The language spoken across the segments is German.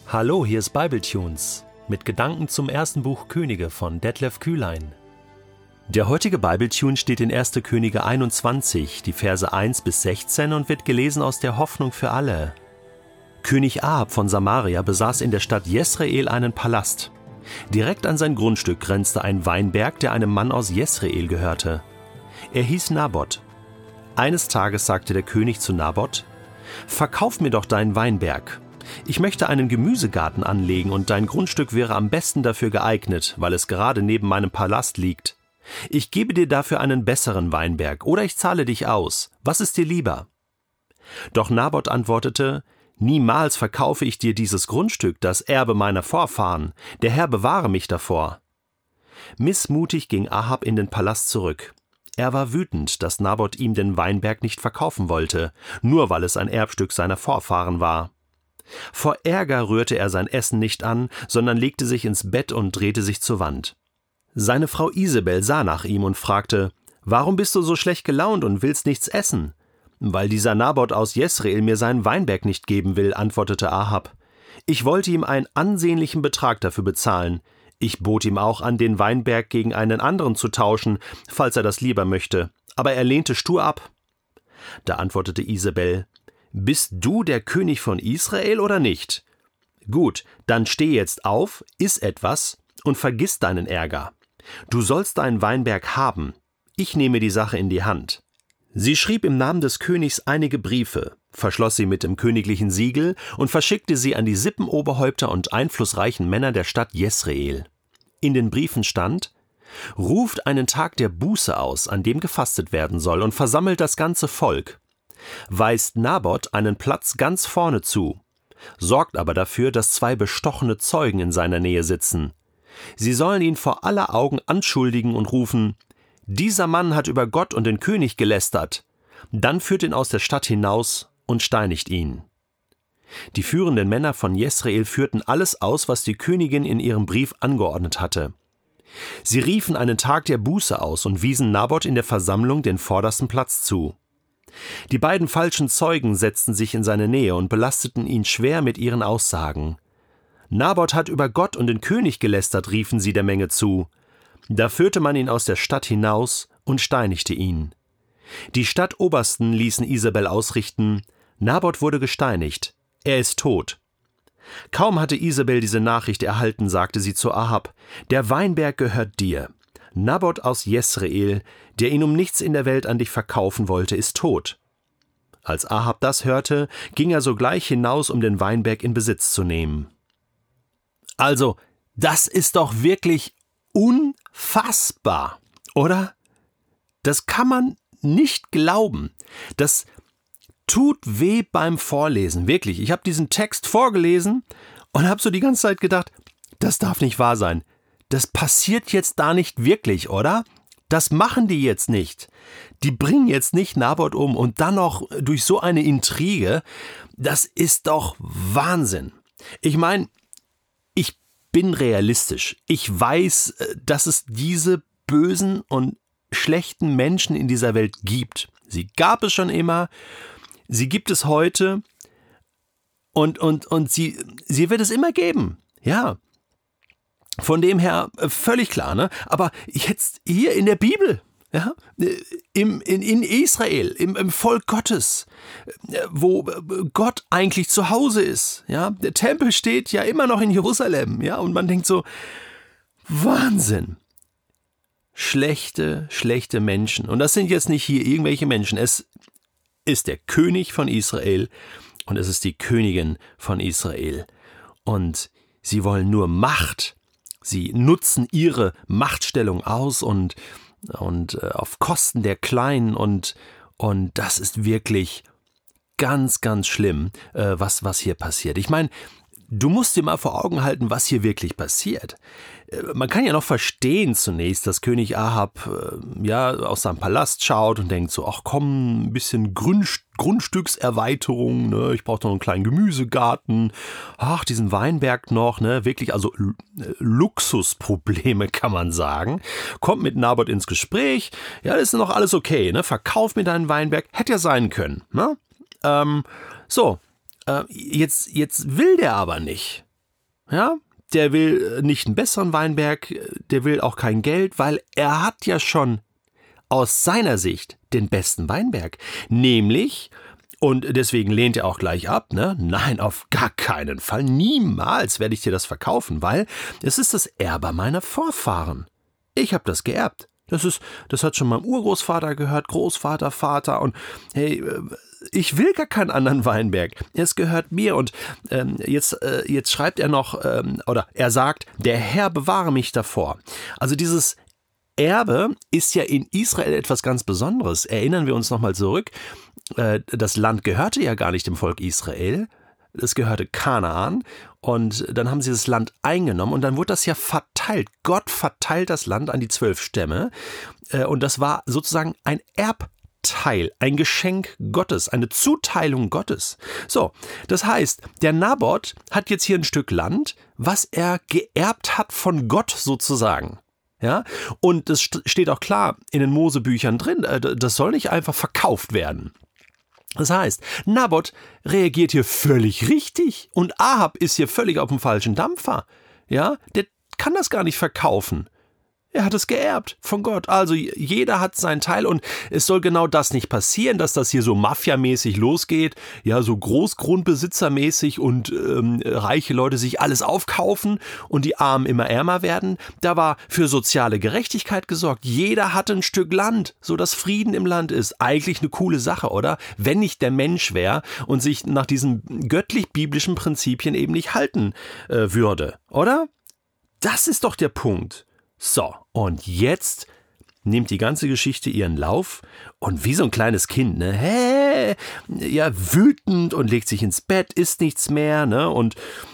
Hallo, hier ist Bibletunes mit Gedanken zum ersten Buch Könige von Detlef Kühlein. Der heutige Bibletune steht in 1. Könige 21, die Verse 1 bis 16 und wird gelesen aus der Hoffnung für alle. König Ahab von Samaria besaß in der Stadt Jesreel einen Palast. Direkt an sein Grundstück grenzte ein Weinberg, der einem Mann aus Jesreel gehörte. Er hieß Naboth. Eines Tages sagte der König zu Naboth: »Verkauf mir doch deinen Weinberg. Ich möchte einen Gemüsegarten anlegen und dein Grundstück wäre am besten dafür geeignet, weil es gerade neben meinem Palast liegt. Ich gebe dir dafür einen besseren Weinberg oder ich zahle dich aus. Was ist dir lieber?« Doch Naboth antwortete: »Niemals verkaufe ich dir dieses Grundstück, das Erbe meiner Vorfahren. Der Herr bewahre mich davor.« Missmutig ging Ahab in den Palast zurück. Er war wütend, dass Naboth ihm den Weinberg nicht verkaufen wollte, nur weil es ein Erbstück seiner Vorfahren war. Vor Ärger rührte er sein Essen nicht an, sondern legte sich ins Bett und drehte sich zur Wand. Seine Frau Isabel sah nach ihm und fragte: »Warum bist du so schlecht gelaunt und willst nichts essen?« »Weil dieser Naboth aus Jesreel mir seinen Weinberg nicht geben will«, antwortete Ahab. »Ich wollte ihm einen ansehnlichen Betrag dafür bezahlen. Ich bot ihm auch an, den Weinberg gegen einen anderen zu tauschen, falls er das lieber möchte. Aber er lehnte stur ab.« Da antwortete Isabel: »Bist du der König von Israel oder nicht? Gut, dann steh jetzt auf, iss etwas und vergiss deinen Ärger. Du sollst deinen Weinberg haben. Ich nehme die Sache in die Hand.« Sie schrieb im Namen des Königs einige Briefe, verschloss sie mit dem königlichen Siegel und verschickte sie an die Sippenoberhäupter und einflussreichen Männer der Stadt Jesreel. In den Briefen stand: »Ruft einen Tag der Buße aus, an dem gefastet werden soll, und versammelt das ganze Volk. Weist Naboth einen Platz ganz vorne zu. Sorgt aber dafür, dass 2 bestochene Zeugen in seiner Nähe sitzen. Sie sollen ihn vor aller Augen anschuldigen und rufen: »Dieser Mann hat über Gott und den König gelästert.« Dann führt ihn aus der Stadt hinaus und steinigt ihn.« Die führenden Männer von Jesreel führten alles aus, was die Königin in ihrem Brief angeordnet hatte. Sie riefen einen Tag der Buße aus und wiesen Naboth in der Versammlung den vordersten Platz zu. Die beiden falschen Zeugen setzten sich in seine Nähe und belasteten ihn schwer mit ihren Aussagen. »Naboth hat über Gott und den König gelästert«, riefen sie der Menge zu. Da führte man ihn aus der Stadt hinaus und steinigte ihn. Die Stadtobersten ließen Isabel ausrichten: »Naboth wurde gesteinigt. Er ist tot.« Kaum hatte Isabel diese Nachricht erhalten, sagte sie zu Ahab: »Der Weinberg gehört dir. Naboth aus Jesreel, der ihn um nichts in der Welt an dich verkaufen wollte, ist tot.« Als Ahab das hörte, ging er sogleich hinaus, um den Weinberg in Besitz zu nehmen. Also, das ist doch wirklich unfassbar, oder? Das kann man nicht glauben. Das tut weh beim Vorlesen, wirklich. Ich habe diesen Text vorgelesen und habe so die ganze Zeit gedacht, das darf nicht wahr sein. Das passiert jetzt da nicht wirklich, oder? Das machen die jetzt nicht. Die bringen jetzt nicht Naboth um und dann noch durch so eine Intrige. Das ist doch Wahnsinn. Ich meine, ich bin realistisch. Ich weiß, dass es diese bösen und schlechten Menschen in dieser Welt gibt. Sie gab es schon immer, sie gibt es heute und sie wird es immer geben. Ja. Von dem her völlig klar, ne? Aber jetzt hier in der Bibel, ja, in Israel, im Volk Gottes, wo Gott eigentlich zu Hause ist, ja, der Tempel steht ja immer noch in Jerusalem, ja, und man denkt so, Wahnsinn. Schlechte Menschen. Und das sind jetzt nicht hier irgendwelche Menschen. Es ist der König von Israel und es ist die Königin von Israel. Und sie wollen nur Macht. Sie nutzen ihre Machtstellung aus und auf Kosten der Kleinen und das ist wirklich ganz, ganz schlimm, was hier passiert. Ich meine, du musst dir mal vor Augen halten, was hier wirklich passiert. Man kann ja noch verstehen zunächst, dass König Ahab aus seinem Palast schaut und denkt so, ach komm, ein bisschen Grundstückserweiterung, ne? Ich brauche noch einen kleinen Gemüsegarten, ach, diesen Weinberg noch, ne? Wirklich, also Luxusprobleme kann man sagen. Kommt mit Naboth ins Gespräch, ja, das ist noch alles okay, ne? Verkauf mir deinen Weinberg, hätte ja sein können, ne? Jetzt will der aber nicht. Ja, der will nicht einen besseren Weinberg, der will auch kein Geld, weil er hat ja schon aus seiner Sicht den besten Weinberg. Nämlich, und deswegen lehnt er auch gleich ab, ne? Nein, auf gar keinen Fall, niemals werde ich dir das verkaufen, weil es ist das Erbe meiner Vorfahren. Ich habe das geerbt. Das hat schon mein Urgroßvater gehört, Großvater, Vater und hey, ich will gar keinen anderen Weinberg. Es gehört mir und jetzt schreibt er noch, oder er sagt, der Herr bewahre mich davor. Also dieses Erbe ist ja in Israel etwas ganz Besonderes. Erinnern wir uns nochmal zurück. Das Land gehörte ja gar nicht dem Volk Israel. Es gehörte Kanaan und dann haben sie das Land eingenommen und dann wurde das ja verteilt. Gott verteilt das Land an die 12 Stämme und das war sozusagen ein Erbteil, ein Geschenk Gottes, eine Zuteilung Gottes. So, das heißt, der Naboth hat jetzt hier ein Stück Land, was er geerbt hat von Gott sozusagen. Ja, und es steht auch klar in den Mosebüchern drin, das soll nicht einfach verkauft werden. Das heißt, Naboth reagiert hier völlig richtig und Ahab ist hier völlig auf dem falschen Dampfer. Ja, der kann das gar nicht verkaufen. Er hat es geerbt von Gott. Also jeder hat seinen Teil und es soll genau das nicht passieren, dass das hier so mafiamäßig losgeht, ja, so Großgrundbesitzermäßig und reiche Leute sich alles aufkaufen und die Armen immer ärmer werden. Da war für soziale Gerechtigkeit gesorgt. Jeder hatte ein Stück Land, so dass Frieden im Land ist. Eigentlich eine coole Sache, oder? Wenn nicht der Mensch wäre und sich nach diesen göttlich-biblischen Prinzipien eben nicht halten würde, oder? Das ist doch der Punkt. So, und jetzt nimmt die ganze Geschichte ihren Lauf und wie so ein kleines Kind, ne, ja, wütend und legt sich ins Bett, isst nichts mehr, ne, und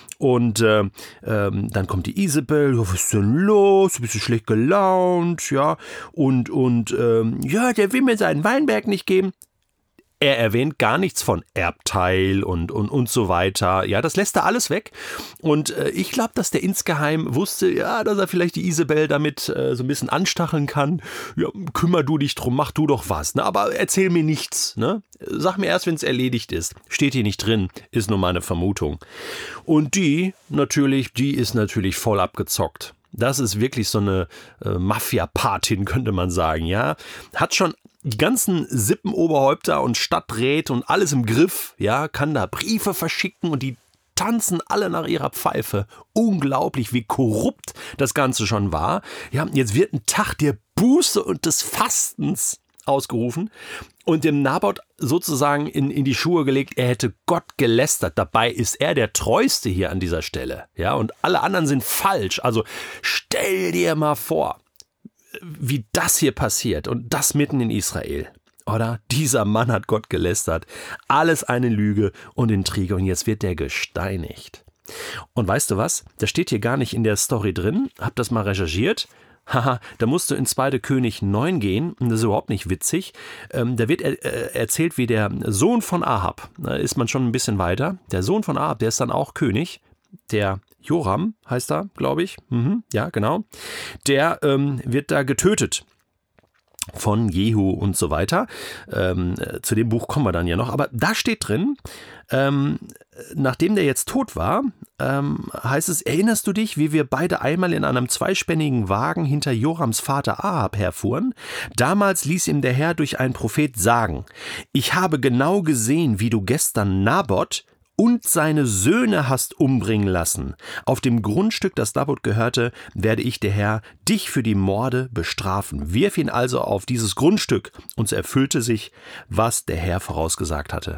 dann kommt die Isabel, was ist denn los, bist du schlecht gelaunt, ja, ja, der will mir seinen Weinberg nicht geben. Er erwähnt gar nichts von Erbteil und so weiter. Ja, das lässt er alles weg. Und ich glaube, dass der insgeheim wusste, ja, dass er vielleicht die Isabel damit so ein bisschen anstacheln kann. Ja, kümmer du dich drum, mach du doch was. Ne? Aber erzähl mir nichts. Ne? Sag mir erst, wenn es erledigt ist. Steht hier nicht drin, ist nur meine Vermutung. Und die ist natürlich voll abgezockt. Das ist wirklich so eine Mafia-Patin, könnte man sagen, ja. Hat schon die ganzen Sippenoberhäupter und Stadträte und alles im Griff, ja, kann da Briefe verschicken und die tanzen alle nach ihrer Pfeife. Unglaublich, wie korrupt das Ganze schon war. Ja, jetzt wird ein Tag der Buße und des Fastens ausgerufen und dem Naboth sozusagen in die Schuhe gelegt, er hätte Gott gelästert. Dabei ist er der Treueste hier an dieser Stelle. Ja, und alle anderen sind falsch. Also stell dir mal vor, wie das hier passiert und das mitten in Israel. Oder? Dieser Mann hat Gott gelästert. Alles eine Lüge und Intrige und jetzt wird der gesteinigt. Und weißt du was? Das steht hier gar nicht in der Story drin. Hab das mal recherchiert. Haha, da musst du in 2. König 9 gehen, und das ist überhaupt nicht witzig. Da wird erzählt, wie der Sohn von Ahab, da ist man schon ein bisschen weiter, der Sohn von Ahab, der ist dann auch König, der Joram heißt er, glaube ich, ja genau, der wird da getötet von Jehu und so weiter. Zu dem Buch kommen wir dann ja noch, aber da steht drin, nachdem der jetzt tot war, heißt es, erinnerst du dich, wie wir beide einmal in einem zweispännigen Wagen hinter Jorams Vater Ahab herfuhren? Damals ließ ihm der Herr durch einen Prophet sagen, ich habe genau gesehen, wie du gestern Naboth und seine Söhne hast umbringen lassen. Auf dem Grundstück, das Naboth gehörte, werde ich, der Herr, dich für die Morde bestrafen. Wirf ihn also auf dieses Grundstück. Und so erfüllte sich, was der Herr vorausgesagt hatte.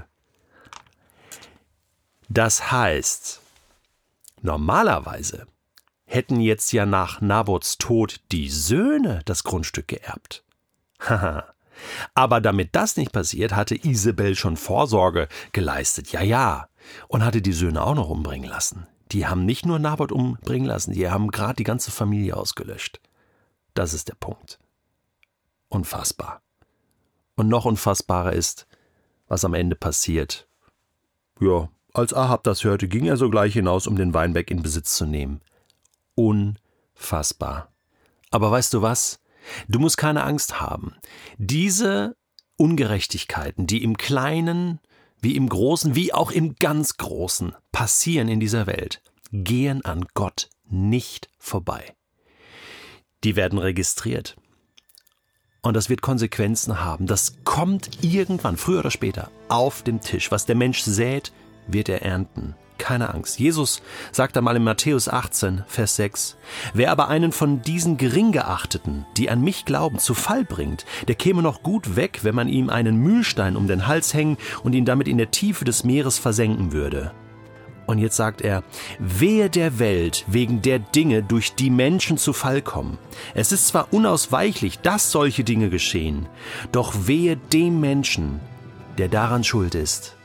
Das heißt, normalerweise hätten jetzt ja nach Naboths Tod die Söhne das Grundstück geerbt. Haha. Aber damit das nicht passiert, hatte Isabel schon Vorsorge geleistet. Ja. Und hatte die Söhne auch noch umbringen lassen. Die haben nicht nur Naboth umbringen lassen, die haben gerade die ganze Familie ausgelöscht. Das ist der Punkt. Unfassbar. Und noch unfassbarer ist, was am Ende passiert. Ja, als Ahab das hörte, ging er sogleich hinaus, um den Weinberg in Besitz zu nehmen. Unfassbar. Aber weißt du was? Du musst keine Angst haben. Diese Ungerechtigkeiten, die im Kleinen, wie im Großen, wie auch im ganz Großen passieren in dieser Welt, gehen an Gott nicht vorbei. Die werden registriert. Und das wird Konsequenzen haben. Das kommt irgendwann, früher oder später, auf dem Tisch. Was der Mensch sät, wird er ernten. Keine Angst. Jesus sagt einmal in Matthäus 18, Vers 6, wer aber einen von diesen Geringgeachteten, die an mich glauben, zu Fall bringt, der käme noch gut weg, wenn man ihm einen Mühlstein um den Hals hängen und ihn damit in der Tiefe des Meeres versenken würde. Und jetzt sagt er, wehe der Welt wegen der Dinge, durch die Menschen zu Fall kommen. Es ist zwar unausweichlich, dass solche Dinge geschehen, doch wehe dem Menschen, der daran schuld ist.